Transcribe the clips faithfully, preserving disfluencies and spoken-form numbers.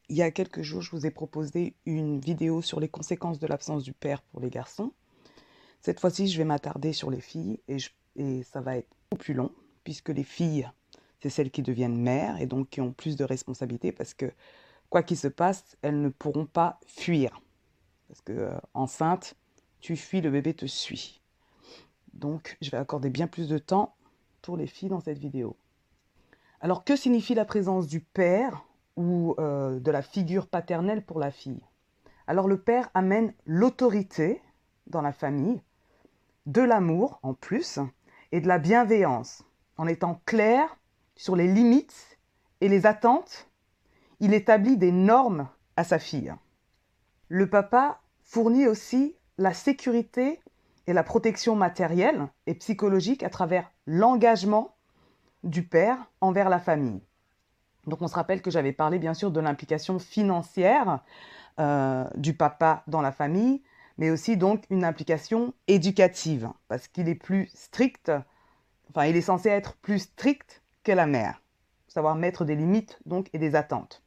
Il y a quelques jours, je vous ai proposé une vidéo sur les conséquences de l'absence du père pour les garçons. Cette fois-ci, je vais m'attarder sur les filles et, je- et ça va être beaucoup plus long puisque les filles, c'est celles qui deviennent mères et donc qui ont plus de responsabilités parce que quoi qu'il se passe, elles ne pourront pas fuir. Parce que euh, enceinte, tu fuis, le bébé te suit. Donc, je vais accorder bien plus de temps pour les filles dans cette vidéo. Alors, que signifie la présence du père ou euh, de la figure paternelle pour la fille? Alors, le père amène l'autorité dans la famille, de l'amour en plus, et de la bienveillance. En étant clair sur les limites et les attentes, il établit des normes à sa fille. Le papa fournit aussi la sécurité et la protection matérielle et psychologique à travers l'engagement du père envers la famille. Donc on se rappelle que j'avais parlé bien sûr de l'implication financière euh, du papa dans la famille, mais aussi donc une implication éducative, parce qu'il est plus strict, enfin il est censé être plus strict que la mère, savoir mettre des limites donc et des attentes.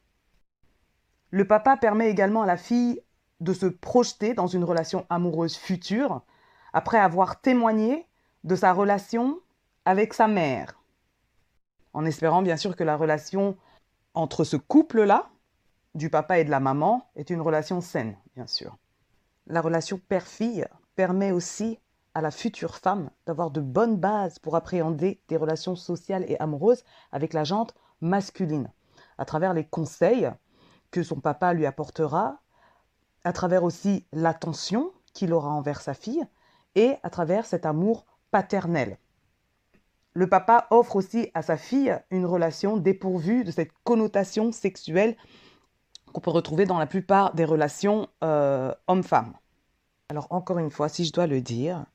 Le papa permet également à la fille de se projeter dans une relation amoureuse future après avoir témoigné de sa relation avec sa mère, en espérant bien sûr que la relation entre ce couple-là, du papa et de la maman, est une relation saine, bien sûr. La relation père-fille permet aussi à la future femme d'avoir de bonnes bases pour appréhender des relations sociales et amoureuses avec la jante masculine, à travers les conseils que son papa lui apportera, à travers aussi l'attention qu'il aura envers sa fille et à travers cet amour paternel. Le papa offre aussi à sa fille une relation dépourvue de cette connotation sexuelle qu'on peut retrouver dans la plupart des relations euh, hommes-femmes. Alors encore une fois, si je dois le dire,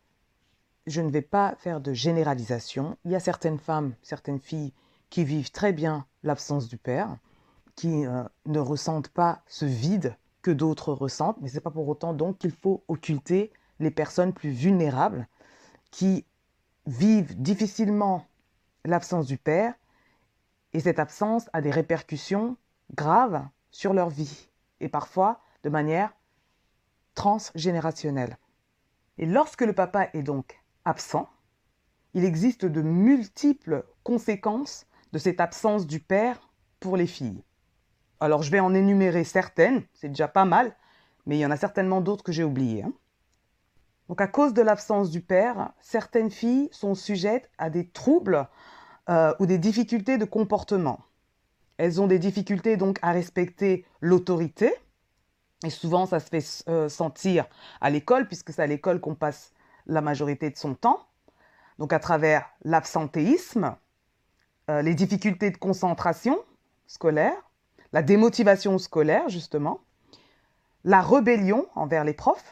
je ne vais pas faire de généralisation. Il y a certaines femmes, certaines filles qui vivent très bien l'absence du père, qui euh, ne ressentent pas ce vide que d'autres ressentent, mais ce n'est pas pour autant donc qu'il faut occulter les personnes plus vulnérables qui vivent difficilement l'absence du père, et cette absence a des répercussions graves sur leur vie, et parfois de manière transgénérationnelle. Et lorsque le papa est donc absent, il existe de multiples conséquences de cette absence du père pour les filles. Alors je vais en énumérer certaines, c'est déjà pas mal, mais il y en a certainement d'autres que j'ai oubliées. Hein. Donc à cause de l'absence du père, certaines filles sont sujettes à des troubles euh, ou des difficultés de comportement. Elles ont des difficultés donc à respecter l'autorité, et souvent ça se fait euh, sentir à l'école, puisque c'est à l'école qu'on passe la majorité de son temps, donc à travers l'absentéisme, euh, les difficultés de concentration scolaire, la démotivation scolaire justement, la rébellion envers les profs,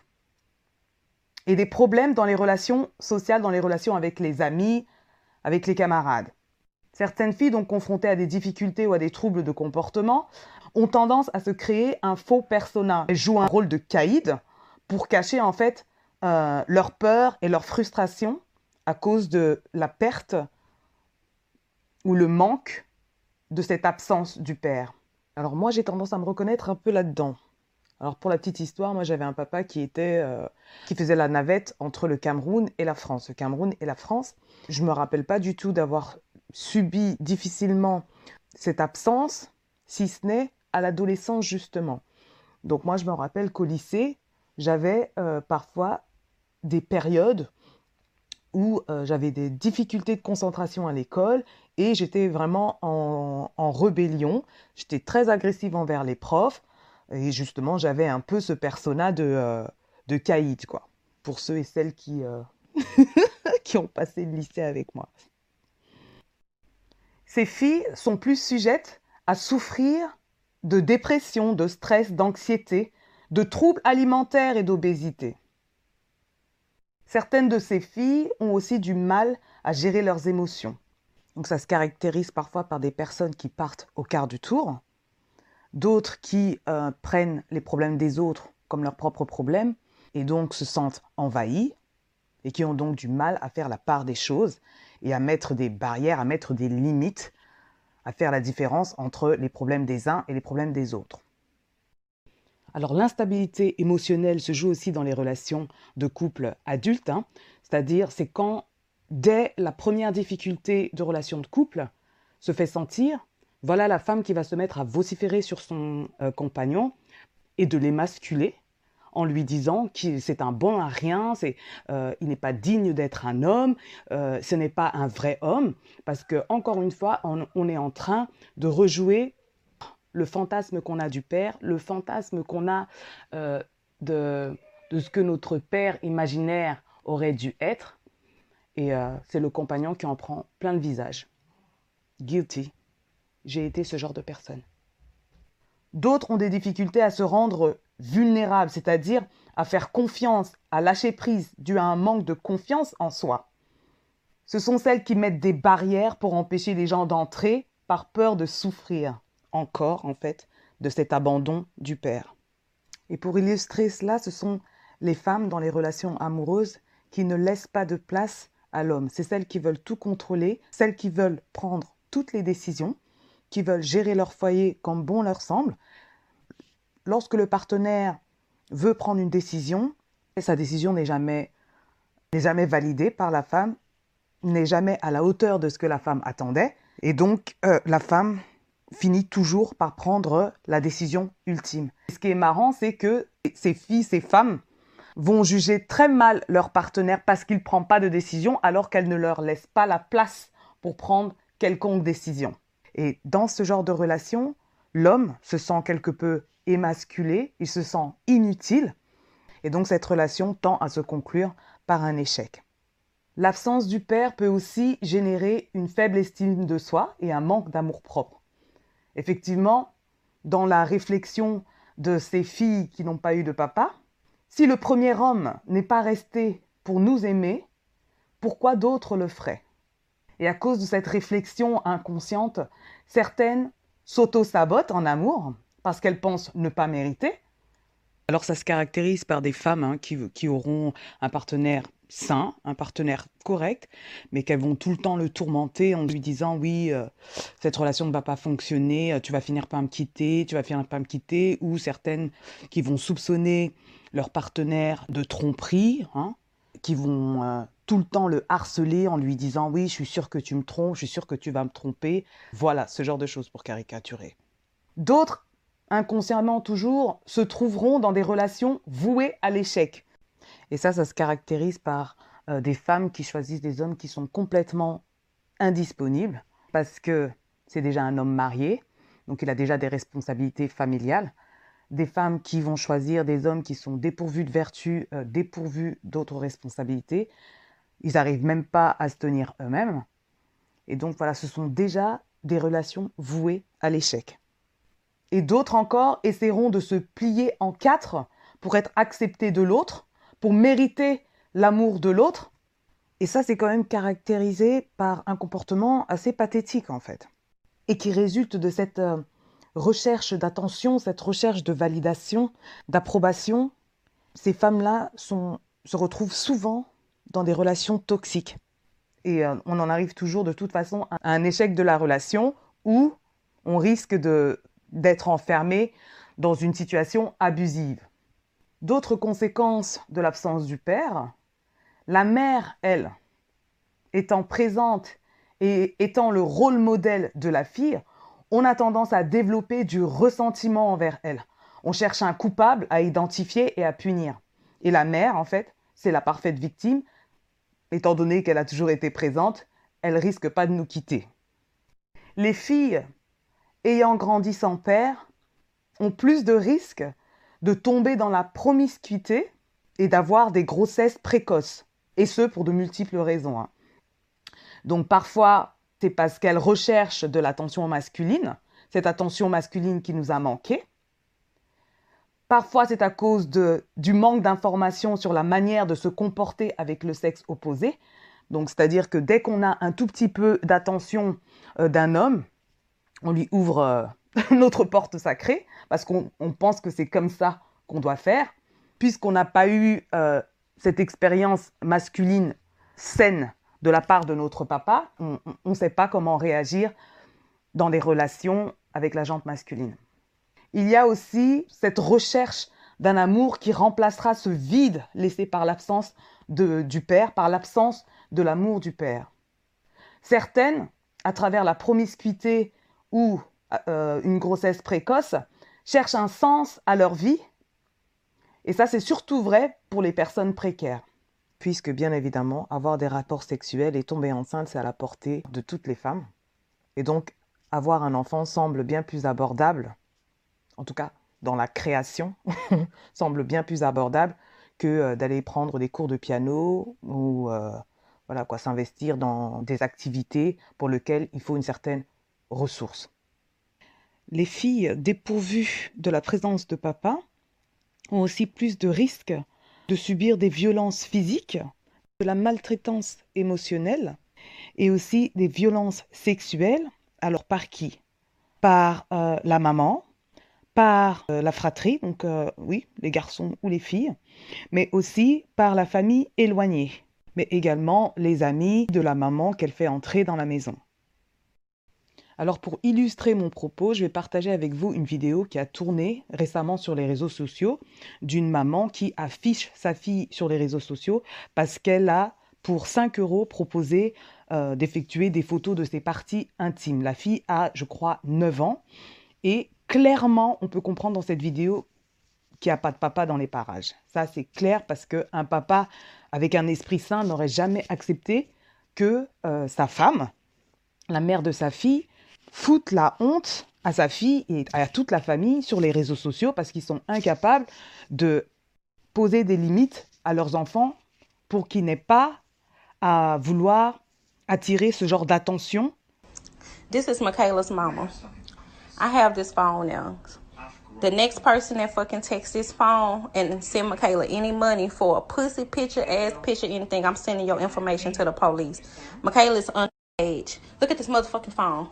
et des problèmes dans les relations sociales, dans les relations avec les amis, avec les camarades. Certaines filles, donc confrontées à des difficultés ou à des troubles de comportement, ont tendance à se créer un faux persona. Elles jouent un rôle de caïd pour cacher en fait euh, leur peur et leur frustration à cause de la perte ou le manque de cette absence du père. Alors moi, j'ai tendance à me reconnaître un peu là-dedans. Alors pour la petite histoire, moi j'avais un papa qui était euh, qui faisait la navette entre le Cameroun et la France. Le Cameroun et la France. Je me rappelle pas du tout d'avoir subi difficilement cette absence, si ce n'est à l'adolescence justement. Donc moi je me rappelle qu'au lycée, j'avais euh, parfois des périodes où euh, j'avais des difficultés de concentration à l'école et j'étais vraiment en, en rébellion. J'étais très agressive envers les profs. Et justement, j'avais un peu ce persona de, euh, de caïd, quoi. Pour ceux et celles qui, euh, qui ont passé le lycée avec moi. Ces filles sont plus sujettes à souffrir de dépression, de stress, d'anxiété, de troubles alimentaires et d'obésité. Certaines de ces filles ont aussi du mal à gérer leurs émotions. Donc ça se caractérise parfois par des personnes qui partent au quart du tour, d'autres qui euh, prennent les problèmes des autres comme leurs propres problèmes et donc se sentent envahis et qui ont donc du mal à faire la part des choses et à mettre des barrières, à mettre des limites à faire la différence entre les problèmes des uns et les problèmes des autres. Alors l'instabilité émotionnelle se joue aussi dans les relations de couple adultes, hein. C'est-à-dire c'est quand, dès la première difficulté de relation de couple, se fait sentir, voilà la femme qui va se mettre à vociférer sur son euh, compagnon et de l'émasculer en lui disant que c'est un bon à rien, c'est, euh, il n'est pas digne d'être un homme, euh, ce n'est pas un vrai homme, parce que encore une fois, on, on est en train de rejouer le fantasme qu'on a du père, le fantasme qu'on a euh, de, de ce que notre père imaginaire aurait dû être. Et euh, c'est le compagnon qui en prend plein le visage. Guilty. J'ai été ce genre de personne. D'autres ont des difficultés à se rendre vulnérables, c'est-à-dire à faire confiance, à lâcher prise dû à un manque de confiance en soi. Ce sont celles qui mettent des barrières pour empêcher les gens d'entrer par peur de souffrir. Encore, en fait, de cet abandon du père. Et pour illustrer cela, ce sont les femmes dans les relations amoureuses qui ne laissent pas de place à l'homme. C'est celles qui veulent tout contrôler, celles qui veulent prendre toutes les décisions, qui veulent gérer leur foyer comme bon leur semble. Lorsque le partenaire veut prendre une décision, et sa décision n'est jamais, n'est jamais validée par la femme, n'est jamais à la hauteur de ce que la femme attendait, et donc euh, la femme finit toujours par prendre la décision ultime. Ce qui est marrant, c'est que ces filles, ces femmes vont juger très mal leur partenaire parce qu'il ne prend pas de décision alors qu'elle ne leur laisse pas la place pour prendre quelconque décision. Et dans ce genre de relation, l'homme se sent quelque peu émasculé, il se sent inutile et donc cette relation tend à se conclure par un échec. L'absence du père peut aussi générer une faible estime de soi et un manque d'amour-propre. Effectivement, dans la réflexion de ces filles qui n'ont pas eu de papa, si le premier homme n'est pas resté pour nous aimer, pourquoi d'autres le feraient? Et à cause de cette réflexion inconsciente, certaines s'auto-sabotent en amour parce qu'elles pensent ne pas mériter. Alors ça se caractérise par des femmes hein, qui, qui auront un partenaire sain, un partenaire correct, mais qu'elles vont tout le temps le tourmenter en lui disant oui, euh, cette relation ne va pas fonctionner, tu vas finir par me quitter, tu vas finir par me quitter, ou certaines qui vont soupçonner leur partenaire de tromperie, hein, qui vont euh, tout le temps le harceler en lui disant oui, je suis sûre que tu me trompes, je suis sûre que tu vas me tromper. Voilà, ce genre de choses pour caricaturer. D'autres, inconsciemment toujours, se trouveront dans des relations vouées à l'échec. Et ça, ça se caractérise par euh, des femmes qui choisissent des hommes qui sont complètement indisponibles parce que c'est déjà un homme marié, donc il a déjà des responsabilités familiales. Des femmes qui vont choisir des hommes qui sont dépourvus de vertu, euh, dépourvus d'autres responsabilités. Ils n'arrivent même pas à se tenir eux-mêmes. Et donc voilà, ce sont déjà des relations vouées à l'échec. Et d'autres encore essaieront de se plier en quatre pour être acceptées de l'autre, pour mériter l'amour de l'autre. Et ça, c'est quand même caractérisé par un comportement assez pathétique, en fait. Et qui résulte de cette euh, recherche d'attention, cette recherche de validation, d'approbation. Ces femmes-là sont, se retrouvent souvent dans des relations toxiques. Et euh, on en arrive toujours, de toute façon, à un échec de la relation où on risque de, d'être enfermé dans une situation abusive. D'autres conséquences de l'absence du père, la mère, elle, étant présente et étant le rôle modèle de la fille, on a tendance à développer du ressentiment envers elle. On cherche un coupable à identifier et à punir. Et la mère, en fait, c'est la parfaite victime. Étant donné qu'elle a toujours été présente, elle risque pas de nous quitter. Les filles ayant grandi sans père ont plus de risques de tomber dans la promiscuité et d'avoir des grossesses précoces. Et ce, pour de multiples raisons. Hein. Donc parfois, c'est parce qu'elles recherchent de l'attention masculine, cette attention masculine qui nous a manqué. Parfois, c'est à cause de, du manque d'informations sur la manière de se comporter avec le sexe opposé. Donc, c'est-à-dire que dès qu'on a un tout petit peu d'attention euh, d'un homme, on lui ouvre euh, notre porte sacrée, parce qu'on on pense que c'est comme ça qu'on doit faire, puisqu'on n'a pas eu euh, cette expérience masculine saine de la part de notre papa, on ne sait pas comment réagir dans les relations avec la jante masculine. Il y a aussi cette recherche d'un amour qui remplacera ce vide laissé par l'absence de, du père, par l'absence de l'amour du père. Certaines, à travers la promiscuité ou euh, une grossesse précoce, cherchent un sens à leur vie. Et ça, c'est surtout vrai pour les personnes précaires. Puisque, bien évidemment, avoir des rapports sexuels et tomber enceinte, c'est à la portée de toutes les femmes. Et donc, avoir un enfant semble bien plus abordable, en tout cas dans la création, semble bien plus abordable que euh, d'aller prendre des cours de piano ou euh, voilà, quoi, s'investir dans des activités pour lesquelles il faut une certaine ressource. Les filles dépourvues de la présence de papa ont aussi plus de risques de subir des violences physiques, de la maltraitance émotionnelle et aussi des violences sexuelles. Alors par qui? Par euh, la maman, par euh, la fratrie, donc euh, oui, les garçons ou les filles, mais aussi par la famille éloignée, mais également les amis de la maman qu'elle fait entrer dans la maison. Alors pour illustrer mon propos, je vais partager avec vous une vidéo qui a tourné récemment sur les réseaux sociaux d'une maman qui affiche sa fille sur les réseaux sociaux parce qu'elle a, pour cinq euros, proposé euh, d'effectuer des photos de ses parties intimes. La fille a, je crois, neuf ans et clairement, on peut comprendre dans cette vidéo qu'il n'y a pas de papa dans les parages. Ça, c'est clair parce qu'un papa avec un esprit sain n'aurait jamais accepté que euh, sa femme, la mère de sa fille, foute la honte à sa fille et à toute la famille sur les réseaux sociaux parce qu'ils sont incapables de poser des limites à leurs enfants pour qu'ils n'aient pas à vouloir attirer ce genre d'attention. This is Michaela's mama. I have this phone now. The next person that fucking texts this phone and send Michaela any money for a pussy picture, ass picture, anything, I'm sending your information to the police. Michaela is underage. Look at this motherfucking phone.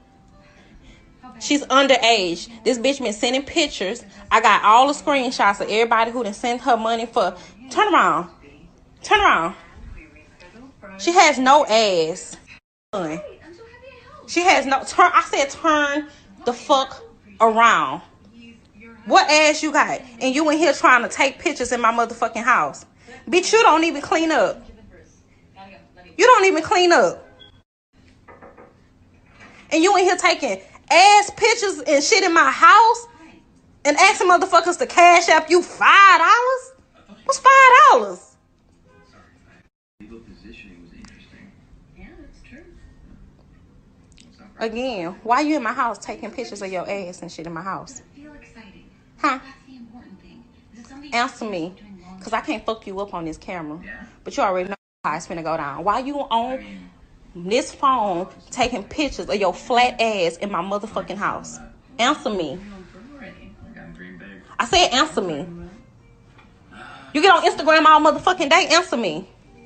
She's underage. This bitch been sending pictures. I got all the screenshots of everybody who done sent her money for. Turn around. Turn around. She has no ass. She has no turn. I said turn the fuck around. What ass you got? And you in here trying to take pictures in my motherfucking house. Bitch, you don't even clean up. You don't even clean up. And you in here taking ass pictures and shit in my house and asking motherfuckers to cash app you five dollars? What's five dollars? Again, why you in my house taking pictures of your ass and shit in my house? Huh? Answer me, because I can't fuck you up on this camera. But you already know how it's finna go down. Why you on this phone taking pictures of your flat ass in my motherfucking house? Answer me. I said answer me. You get on Instagram all motherfucking day, answer me.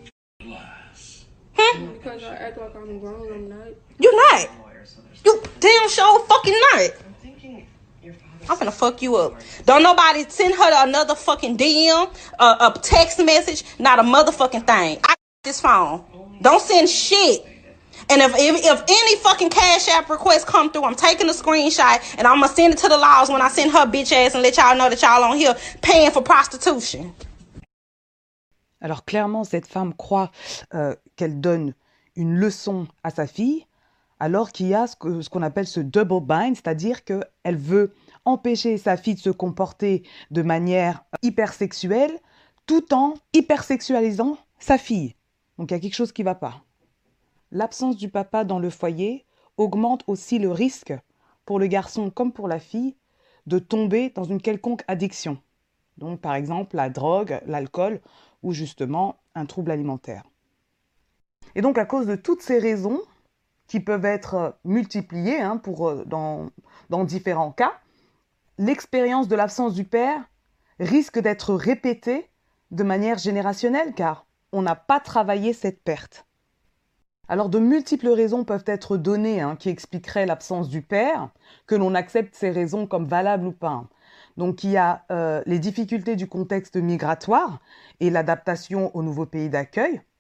Hmm? Because I act like I'm grown, I'm not. You not. You damn sure fucking not. I'm finna fuck you up. Don't nobody send her another fucking D M, uh, a text message, not a motherfucking thing. I got this phone. Don't send shit. And if, if if any fucking Cash App request come through, I'm taking a screenshot and I'm gonna send it to the laws when I send her bitch ass and let y'all know that y'all on here paying for prostitution. Alors clairement, cette femme croit euh, qu'elle donne une leçon à sa fille, alors qu'il y a ce, que, ce qu'on appelle ce double bind, c'est-à-dire qu'elle veut empêcher sa fille de se comporter de manière hypersexuelle, tout en hypersexualisant sa fille. Donc il y a quelque chose qui ne va pas. L'absence du papa dans le foyer augmente aussi le risque, pour le garçon comme pour la fille, de tomber dans une quelconque addiction. Donc par exemple la drogue, l'alcool ou justement un trouble alimentaire. Et donc à cause de toutes ces raisons, qui peuvent être multipliées hein, pour, dans, dans différents cas, l'expérience de l'absence du père risque d'être répétée de manière générationnelle car on n'a pas travaillé cette perte. Alors de multiples raisons peuvent être données hein, qui expliqueraient l'absence du père, que l'on accepte ces raisons comme valables ou pas. Donc il y a euh, les difficultés du contexte migratoire et l'adaptation au nouveau pays d'accueil.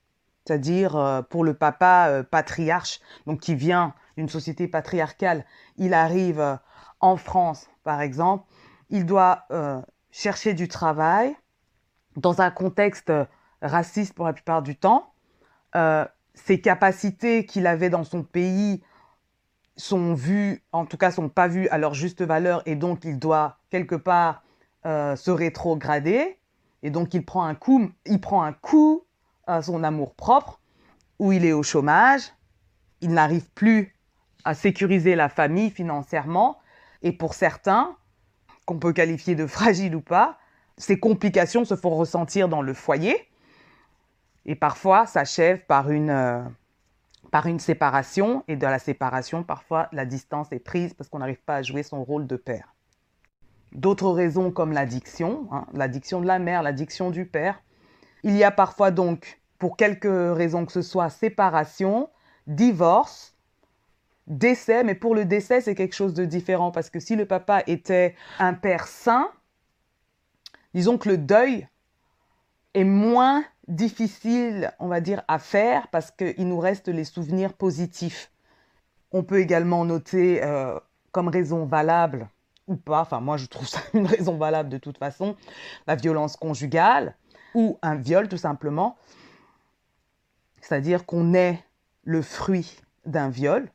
c'est-à-dire euh, pour le papa euh, patriarche, donc qui vient d'une société patriarcale, il arrive euh, en France, par exemple, il doit euh, chercher du travail dans un contexte raciste pour la plupart du temps. Euh, ses capacités qu'il avait dans son pays sont vues, en tout cas sont pas vues à leur juste valeur, et donc il doit quelque part euh, se rétrograder, et donc il prend un coup, il prend un coup à son amour-propre, où il est au chômage, il n'arrive plus à sécuriser la famille financièrement, et pour certains, qu'on peut qualifier de fragiles ou pas, ces complications se font ressentir dans le foyer, et parfois s'achèvent par une... Euh, par une séparation, et de la séparation, parfois, la distance est prise parce qu'on n'arrive pas à jouer son rôle de père. D'autres raisons comme l'addiction, hein, l'addiction de la mère, l'addiction du père. Il y a parfois donc, pour quelque raison que ce soit, séparation, divorce, décès, mais pour le décès, c'est quelque chose de différent parce que si le papa était un père sain, disons que le deuil est moins difficile, on va dire, à faire parce qu'il nous reste les souvenirs positifs. On peut également noter euh, comme raison valable ou pas, enfin moi je trouve ça une raison valable de toute façon, la violence conjugale ou un viol tout simplement. C'est-à-dire qu'on est le fruit d'un viol.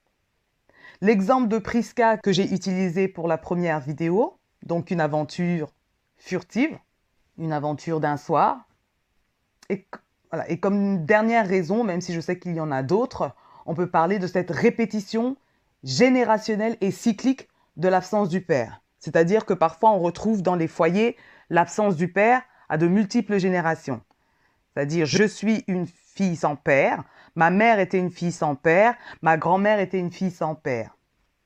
L'exemple de Priska que j'ai utilisé pour la première vidéo, donc une aventure furtive, une aventure d'un soir. Et, voilà. Et comme dernière raison, même si je sais qu'il y en a d'autres, on peut parler de cette répétition générationnelle et cyclique de l'absence du père. C'est-à-dire que parfois on retrouve dans les foyers l'absence du père à de multiples générations. C'est-à-dire je suis une fille sans père, ma mère était une fille sans père, ma grand-mère était une fille sans père.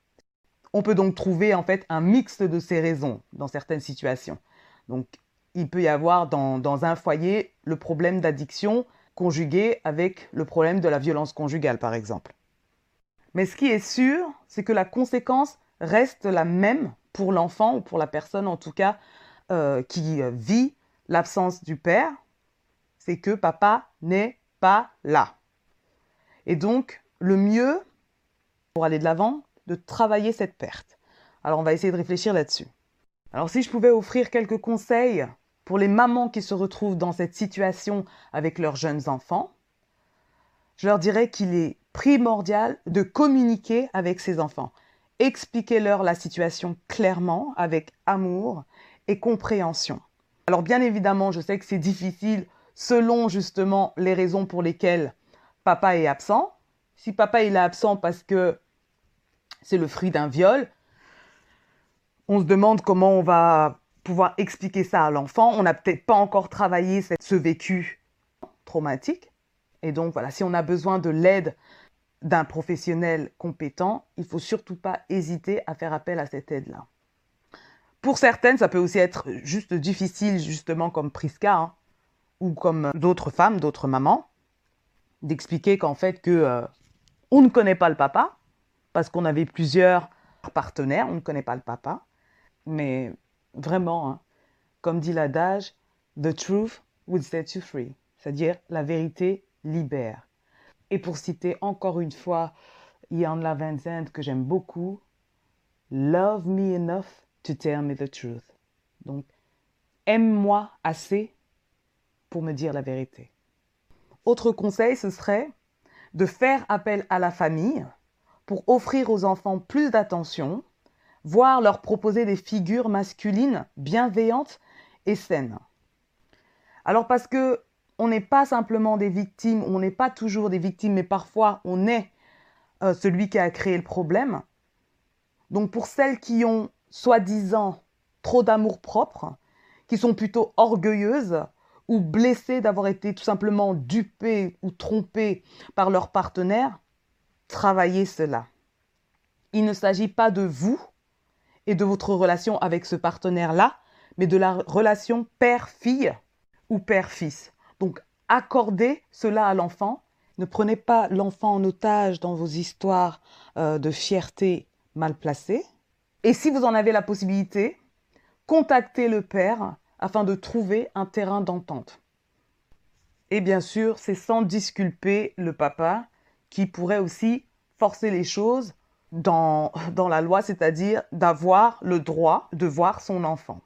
On peut donc trouver en fait un mix de ces raisons dans certaines situations. Donc il peut y avoir dans, dans un foyer le problème d'addiction conjugué avec le problème de la violence conjugale, par exemple. Mais ce qui est sûr, c'est que la conséquence reste la même pour l'enfant, ou pour la personne en tout cas, euh, qui vit l'absence du père, c'est que papa n'est pas là. Et donc, le mieux, pour aller de l'avant, de travailler cette perte. Alors, on va essayer de réfléchir là-dessus. Alors, si je pouvais offrir quelques conseils pour les mamans qui se retrouvent dans cette situation avec leurs jeunes enfants, je leur dirais qu'il est primordial de communiquer avec ces enfants. Expliquez-leur la situation clairement, avec amour et compréhension. Alors bien évidemment, je sais que c'est difficile selon justement les raisons pour lesquelles papa est absent. Si papa il est absent parce que c'est le fruit d'un viol, on se demande comment on va pouvoir expliquer ça à l'enfant. On n'a peut-être pas encore travaillé ce vécu traumatique. Et donc voilà, si on a besoin de l'aide d'un professionnel compétent, il ne faut surtout pas hésiter à faire appel à cette aide-là. Pour certaines, ça peut aussi être juste difficile, justement comme Priska, hein, ou comme d'autres femmes, d'autres mamans, d'expliquer qu'en fait, que, euh, on ne connaît pas le papa, parce qu'on avait plusieurs partenaires, on ne connaît pas le papa. Mais vraiment, hein, comme dit l'adage, « The truth will set you free », c'est-à-dire la vérité libère. Et pour citer encore une fois Iyanla Vanzant, que j'aime beaucoup, « Love me enough to tell me the truth ». Donc, aime-moi assez pour me dire la vérité. Autre conseil, ce serait de faire appel à la famille pour offrir aux enfants plus d'attention, voire leur proposer des figures masculines bienveillantes et saines. Alors parce que on n'est pas simplement des victimes, on n'est pas toujours des victimes, mais parfois on est euh, celui qui a créé le problème. Donc pour celles qui ont soi-disant trop d'amour-propre, qui sont plutôt orgueilleuses ou blessées d'avoir été tout simplement dupées ou trompées par leur partenaire, travaillez cela. Il ne s'agit pas de vous et de votre relation avec ce partenaire-là, mais de la relation père-fille ou père-fils. Donc, accordez cela à l'enfant. Ne prenez pas l'enfant en otage dans vos histoires euh, de fierté mal placées. Et si vous en avez la possibilité, contactez le père afin de trouver un terrain d'entente. Et bien sûr, c'est sans disculper le papa qui pourrait aussi forcer les choses dans, dans la loi, c'est-à-dire d'avoir le droit de voir son enfant.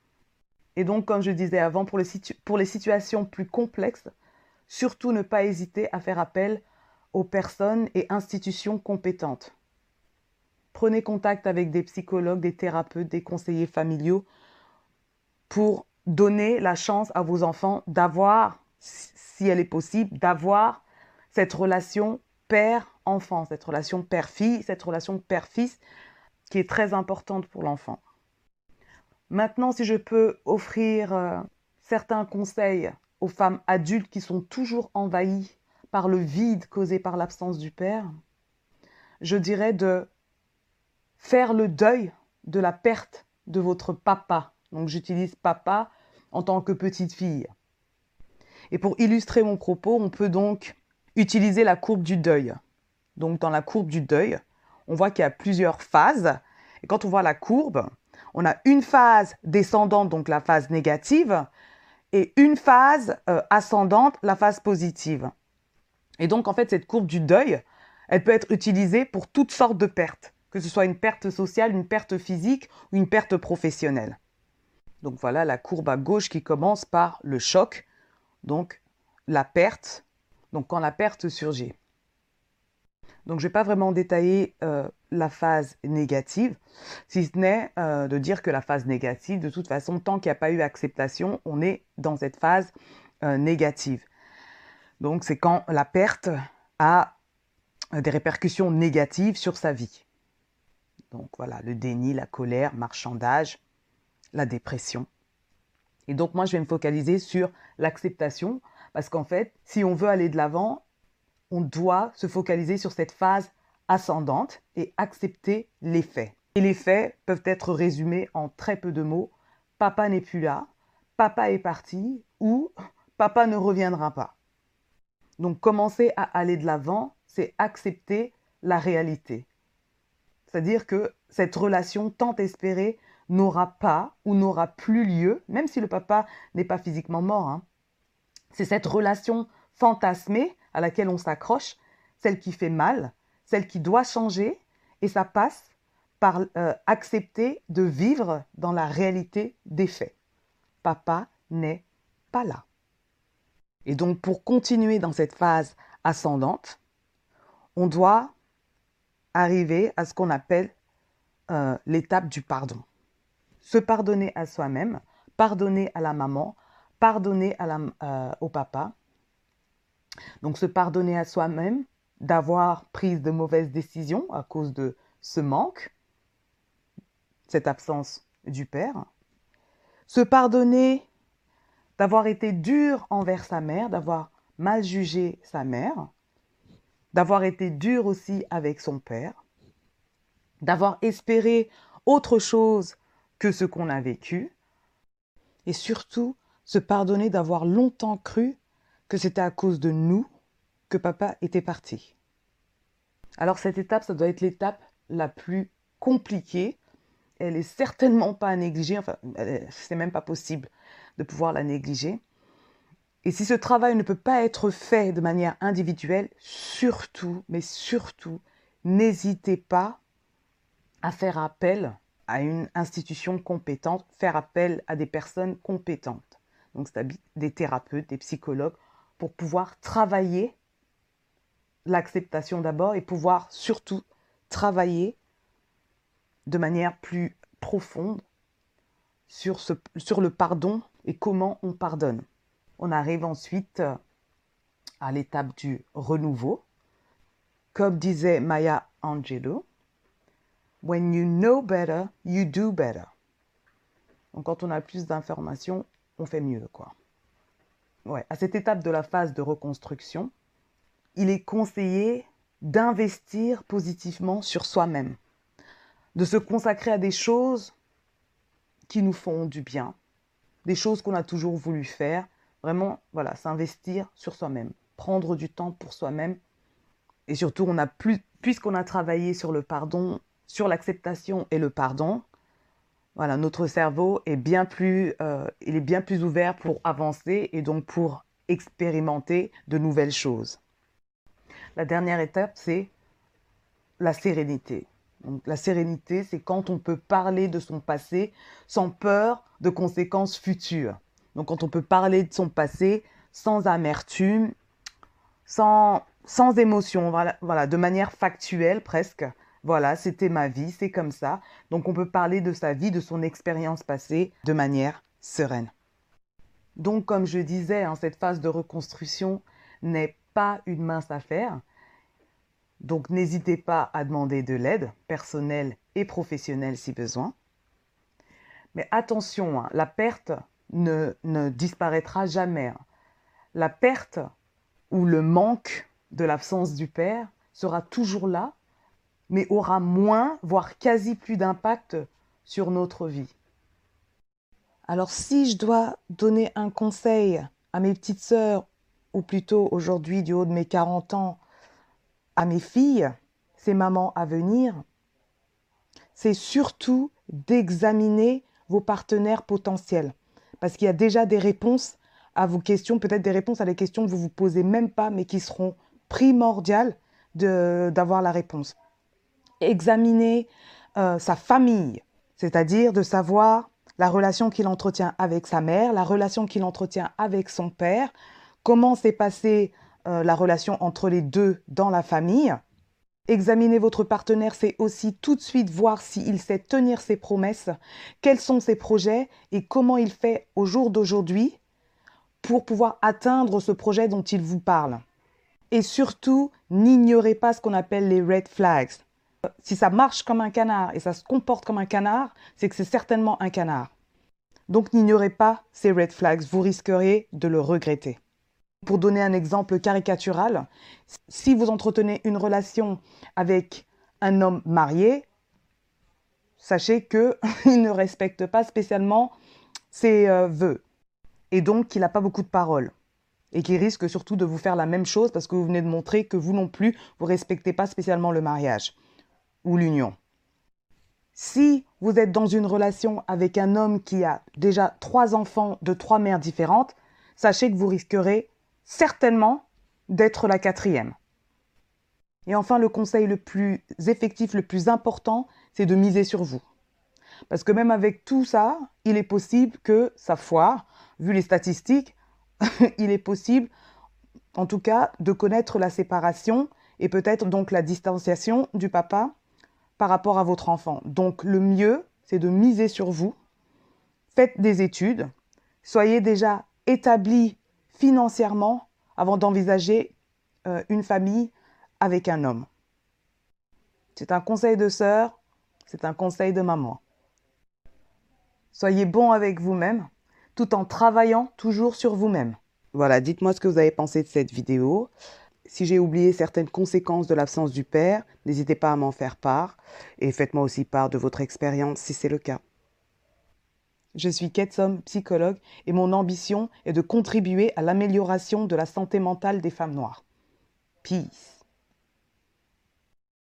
Et donc, comme je disais avant, pour les, situ pour les situations plus complexes, surtout ne pas hésiter à faire appel aux personnes et institutions compétentes. Prenez contact avec des psychologues, des thérapeutes, des conseillers familiaux pour donner la chance à vos enfants d'avoir, si elle est possible, d'avoir cette relation père-enfant, cette relation père-fille, cette relation père-fils qui est très importante pour l'enfant. Maintenant, si je peux offrir euh, certains conseils aux femmes adultes qui sont toujours envahies par le vide causé par l'absence du père, je dirais de faire le deuil de la perte de votre papa. Donc j'utilise papa en tant que petite fille. Et pour illustrer mon propos, on peut donc utiliser la courbe du deuil. Donc dans la courbe du deuil, on voit qu'il y a plusieurs phases. Et quand on voit la courbe, on a une phase descendante, donc la phase négative, et une phase euh, ascendante, la phase positive. Et donc en fait, cette courbe du deuil, elle peut être utilisée pour toutes sortes de pertes, que ce soit une perte sociale, une perte physique ou une perte professionnelle. Donc voilà la courbe à gauche qui commence par le choc, donc la perte, donc quand la perte surgit. Donc je ne vais pas vraiment détailler euh, la phase négative, si ce n'est euh, de dire que la phase négative, de toute façon, tant qu'il n'y a pas eu acceptation, on est dans cette phase euh, négative. Donc c'est quand la perte a des répercussions négatives sur sa vie. Donc voilà, le déni, la colère, marchandage, la dépression. Et donc moi, je vais me focaliser sur l'acceptation, parce qu'en fait, si on veut aller de l'avant, on doit se focaliser sur cette phase ascendante et accepter les faits. Et les faits peuvent être résumés en très peu de mots. Papa n'est plus là, papa est parti ou papa ne reviendra pas. Donc commencer à aller de l'avant, c'est accepter la réalité. C'est-à-dire que cette relation tant espérée n'aura pas ou n'aura plus lieu, même si le papa n'est pas physiquement mort. Hein. C'est cette relation fantasmée à laquelle on s'accroche, celle qui fait mal, celle qui doit changer, et ça passe par euh, accepter de vivre dans la réalité des faits. Papa n'est pas là. Et donc pour continuer dans cette phase ascendante, on doit arriver à ce qu'on appelle euh, l'étape du pardon. Se pardonner à soi-même, pardonner à la maman, pardonner à la, euh, au papa. Donc se pardonner à soi-même d'avoir pris de mauvaises décisions à cause de ce manque, cette absence du père. Se pardonner d'avoir été dur envers sa mère, d'avoir mal jugé sa mère, d'avoir été dur aussi avec son père, d'avoir espéré autre chose que ce qu'on a vécu, et surtout se pardonner d'avoir longtemps cru que c'était à cause de nous que papa était parti. Alors cette étape, ça doit être l'étape la plus compliquée. Elle est certainement pas à négliger, enfin, c'est même pas possible de pouvoir la négliger. Et si ce travail ne peut pas être fait de manière individuelle, surtout, mais surtout, n'hésitez pas à faire appel à une institution compétente, faire appel à des personnes compétentes. Donc, c'est des thérapeutes, des psychologues, pour pouvoir travailler l'acceptation d'abord et pouvoir surtout travailler de manière plus profonde sur, ce, sur le pardon et comment on pardonne. On arrive ensuite à l'étape du renouveau. Comme disait Maya Angelou, « When you know better, you do better ». Donc quand on a plus d'informations, on fait mieux, quoi. Ouais, à cette étape de la phase de reconstruction, il est conseillé d'investir positivement sur soi-même, de se consacrer à des choses qui nous font du bien, des choses qu'on a toujours voulu faire, vraiment, voilà, s'investir sur soi-même, prendre du temps pour soi-même. Et surtout, on a plus, puisqu'on a travaillé sur le pardon, sur l'acceptation et le pardon, voilà, notre cerveau est bien plus, euh, il est bien plus ouvert pour avancer et donc pour expérimenter de nouvelles choses. La dernière étape, c'est la sérénité. Donc, la sérénité, c'est quand on peut parler de son passé sans peur de conséquences futures. Donc, quand on peut parler de son passé sans amertume, sans, sans émotion, voilà, voilà, de manière factuelle presque. Voilà, c'était ma vie, c'est comme ça. Donc, on peut parler de sa vie, de son expérience passée de manière sereine. Donc, comme je disais, hein, cette phase de reconstruction n'est pas une mince affaire. Donc, n'hésitez pas à demander de l'aide personnelle et professionnelle si besoin. Mais attention, hein, la perte ne, ne disparaîtra jamais. Hein. La perte ou le manque de l'absence du père sera toujours là, mais aura moins, voire quasi plus d'impact sur notre vie. Alors, si je dois donner un conseil à mes petites sœurs, ou plutôt aujourd'hui, du haut de mes quarante ans, à mes filles, ces mamans à venir, c'est surtout d'examiner vos partenaires potentiels. Parce qu'il y a déjà des réponses à vos questions, peut-être des réponses à des questions que vous ne vous posez même pas, mais qui seront primordiales de, d'avoir la réponse. Examiner euh, sa famille, c'est-à-dire de savoir la relation qu'il entretient avec sa mère, la relation qu'il entretient avec son père, comment s'est passée euh, la relation entre les deux dans la famille. Examiner votre partenaire, c'est aussi tout de suite voir s'il sait tenir ses promesses, quels sont ses projets et comment il fait au jour d'aujourd'hui pour pouvoir atteindre ce projet dont il vous parle. Et surtout, n'ignorez pas ce qu'on appelle les red flags. Si ça marche comme un canard et ça se comporte comme un canard, c'est que c'est certainement un canard. Donc n'ignorez pas ces red flags, vous risqueriez de le regretter. Pour donner un exemple caricatural, si vous entretenez une relation avec un homme marié, sachez qu'il ne respecte pas spécialement ses euh, vœux et donc qu'il n'a pas beaucoup de paroles et qu'il risque surtout de vous faire la même chose parce que vous venez de montrer que vous non plus, vous ne respectez pas spécialement le mariage ou l'union. Si vous êtes dans une relation avec un homme qui a déjà trois enfants de trois mères différentes, sachez que vous risquerez certainement d'être la quatrième. Et enfin, le conseil le plus effectif, le plus important, c'est de miser sur vous. Parce que même avec tout ça, il est possible que ça foire. Vu les statistiques, il est possible, en tout cas, de connaître la séparation et peut-être donc la distanciation du papa par rapport à votre enfant. Donc le mieux, c'est de miser sur vous. Faites des études. Soyez déjà établi financièrement avant d'envisager euh, une famille avec un homme. C'est un conseil de sœur, c'est un conseil de maman. Soyez bon avec vous-même, tout en travaillant toujours sur vous-même. Voilà, dites-moi ce que vous avez pensé de cette vidéo. Si j'ai oublié certaines conséquences de l'absence du père, n'hésitez pas à m'en faire part et faites-moi aussi part de votre expérience si c'est le cas. Je suis Ketsom, psychologue, et mon ambition est de contribuer à l'amélioration de la santé mentale des femmes noires. Peace.